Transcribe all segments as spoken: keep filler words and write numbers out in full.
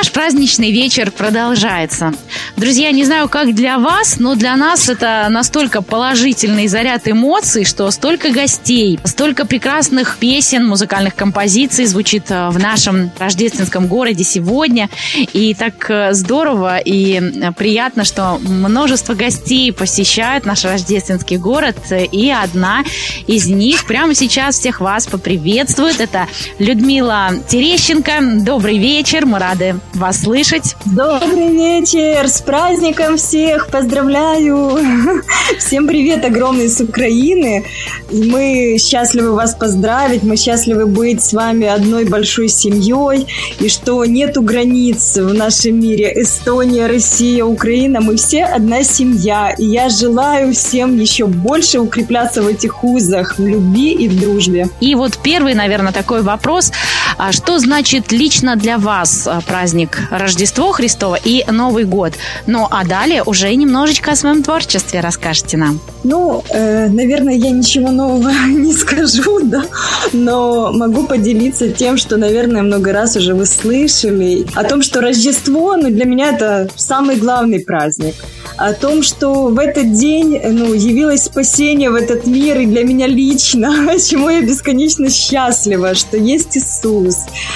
Наш праздничный вечер продолжается. Друзья, не знаю, как для вас, но для нас это настолько положительный заряд эмоций, что столько гостей, столько прекрасных песен, музыкальных композиций звучит в нашем рождественском городе сегодня. И так здорово и приятно, что множество гостей посещают наш рождественский город. И одна из них прямо сейчас всех вас поприветствует. Это Людмила Терещенко. Добрый вечер, мы рады вас слышать. Добрый вечер, с праздником всех, поздравляю. Всем привет огромный с Украины. Мы счастливы вас поздравить, мы счастливы быть с вами одной большой семьей, и что нету границ в нашем мире. Эстония, Россия, Украина, мы все одна семья, и я желаю всем еще больше укрепляться в этих узах, в любви и в дружбе. И вот первый, наверное, такой вопрос. Что значит лично для вас праздник Рождество Христово и Новый год? Ну, а далее уже немножечко о своем творчестве расскажете нам. Ну, э, наверное, я ничего нового не скажу, да, но могу поделиться тем, что, наверное, много раз уже вы слышали, о том, что Рождество, ну, для меня это самый главный праздник. О том, что в этот день, ну, явилось спасение в этот мир, и для меня лично, чему я бесконечно счастлива, что есть Иисус,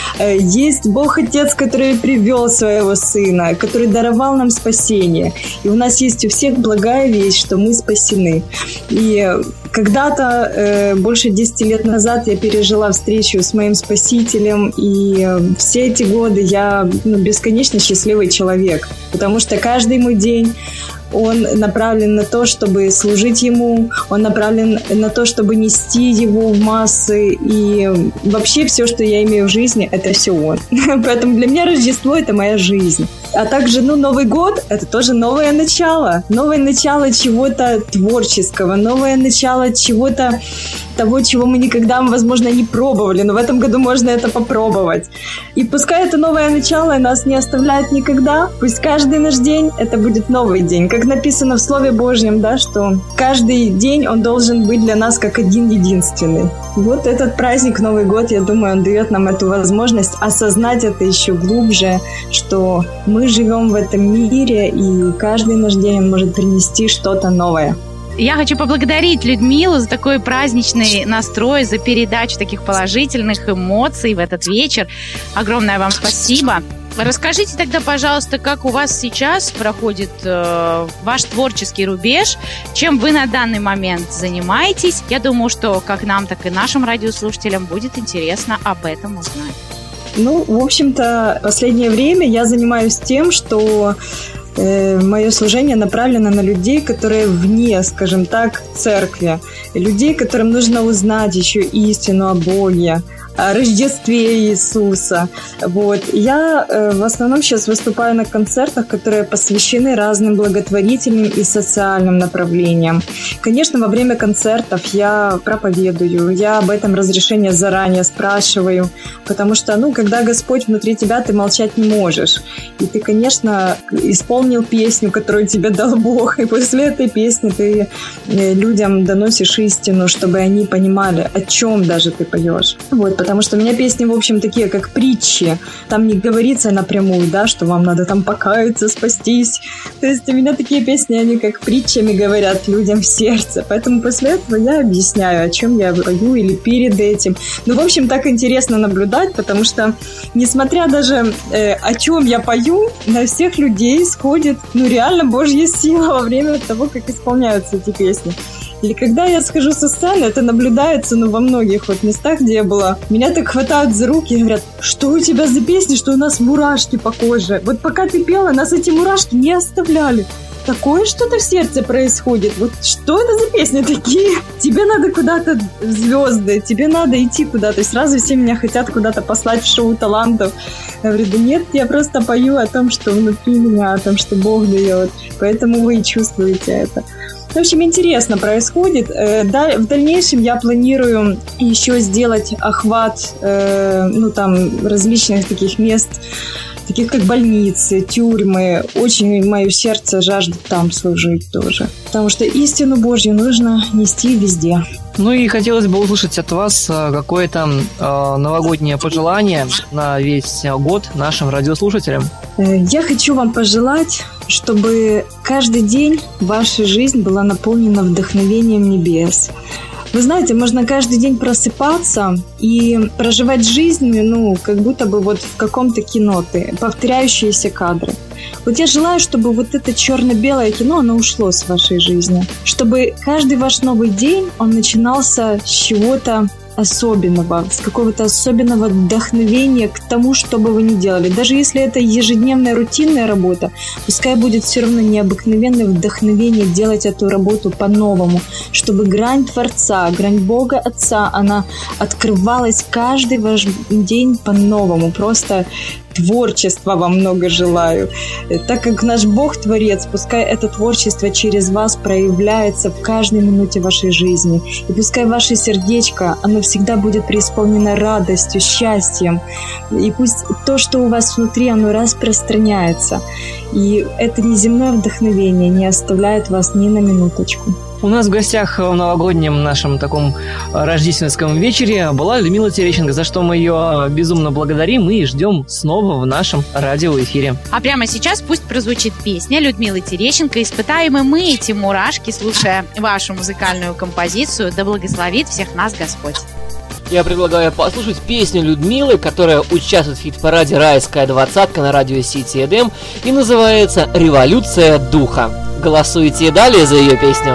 есть Бог Отец, который привел своего Сына, который даровал нам спасение. И у нас есть у всех благая весть, что мы спасены. И когда-то, э, больше десяти лет назад, я пережила встречу с моим Спасителем, и э, все эти годы я, ну, бесконечно счастливый человек, потому что каждый мой день он направлен на то, чтобы служить Ему, он направлен на то, чтобы нести Его в массы, и вообще все, что я имею в жизни, это все Он. Поэтому для меня Рождество – это моя жизнь. А также, ну, Новый год – это тоже новое начало. Новое начало чего-то творческого, новое начало чего-то того, чего мы никогда, возможно, не пробовали, но в этом году можно это попробовать. И пускай это новое начало нас не оставляет никогда, пусть каждый наш день – это будет новый день. Как написано в Слове Божьем, да, что каждый день он должен быть для нас как один единственный. Вот этот праздник, Новый год, я думаю, он дает нам эту возможность осознать это еще глубже, что мы живем в этом мире, и каждый наш день он может принести что-то новое. Я хочу поблагодарить Людмилу за такой праздничный настрой, за передачу таких положительных эмоций в этот вечер. Огромное вам спасибо. Расскажите тогда, пожалуйста, как у вас сейчас проходит э, ваш творческий рубеж, чем вы на данный момент занимаетесь. Я думаю, что как нам, так и нашим радиослушателям будет интересно об этом узнать. Ну, в общем-то, в последнее время я занимаюсь тем, что э, мое служение направлено на людей, которые вне, скажем так, церкви. Людей, которым нужно узнать еще истину о Боге, о Рождестве Иисуса. Вот. Я э, в основном сейчас выступаю на концертах, которые посвящены разным благотворительным и социальным направлениям. Конечно, во время концертов я проповедую, я об этом разрешение заранее спрашиваю, потому что, ну, когда Господь внутри тебя, ты молчать не можешь. И ты, конечно, исполнил песню, которую тебе дал Бог, и после этой песни ты э, людям доносишь истину, чтобы они понимали, о чем даже ты поешь. Вот. Потому что у меня песни, в общем, такие, как притчи. Там не говорится напрямую, да, что вам надо там покаяться, спастись. То есть у меня такие песни, они как притчами говорят людям в сердце. Поэтому после этого я объясняю, о чем я пою или перед этим. Ну, в общем, так интересно наблюдать, потому что, несмотря даже э, о чем я пою, на всех людей сходит, ну, реально Божья сила во время того, как исполняются эти песни. Или когда я схожу со сцены, это наблюдается, ну, во многих вот местах, где я была. Меня так хватают за руки и говорят: что у тебя за песни, что у нас мурашки по коже. Вот пока ты пела, нас эти мурашки не оставляли. Такое что-то в сердце происходит. Вот что это за песни такие? Тебе надо куда-то в звезды, тебе надо идти куда-то. И сразу все меня хотят куда-то послать в шоу талантов. Я говорю: да нет, я просто пою о том, что внутри меня, о том, что Бог дает. Поэтому вы и чувствуете это. В общем, интересно происходит. В дальнейшем я планирую еще сделать охват, ну, там, различных таких мест таких как больницы, тюрьмы. Очень мое сердце жаждет там служить тоже. Потому что истину Божью нужно нести везде. Ну и хотелось бы услышать от вас какое-то э, новогоднее пожелание на весь год нашим радиослушателям. Я хочу вам пожелать, чтобы каждый день ваша жизнь была наполнена вдохновением небес. Вы знаете, можно каждый день просыпаться и проживать жизнь, ну, как будто бы вот в каком-то кино, ты, повторяющиеся кадры. Вот я желаю, чтобы вот это черно-белое кино, оно ушло с вашей жизни. Чтобы каждый ваш новый день, он начинался с чего-то особенного, с какого-то особенного вдохновения к тому, что бы вы ни делали. Даже если это ежедневная рутинная работа, пускай будет все равно необыкновенное вдохновение делать эту работу по-новому, чтобы грань Творца, грань Бога Отца, она открывалась каждый ваш день по-новому. Просто творчества вам много желаю. Так как наш Бог Творец, пускай это творчество через вас проявляется в каждой минуте вашей жизни. И пускай ваше сердечко, оно всегда будет преисполнено радостью, счастьем. И пусть то, что у вас внутри, оно распространяется. И это неземное вдохновение не оставляет вас ни на минуточку. У нас в гостях в новогоднем нашем таком рождественском вечере была Людмила Терещенко, за что мы ее безумно благодарим и ждем снова в нашем радиоэфире. А прямо сейчас пусть прозвучит песня Людмилы Терещенко. Испытаем и мы эти мурашки, слушая вашу музыкальную композицию. Да благословит всех нас Господь. Я предлагаю послушать песню Людмилы, которая участвует в хит-параде «Райская двадцатка» на радио Сити эф эм и называется «Революция духа». Голосуйте далее за ее песню.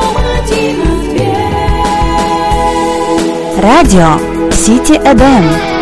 Радио Сити эф эм.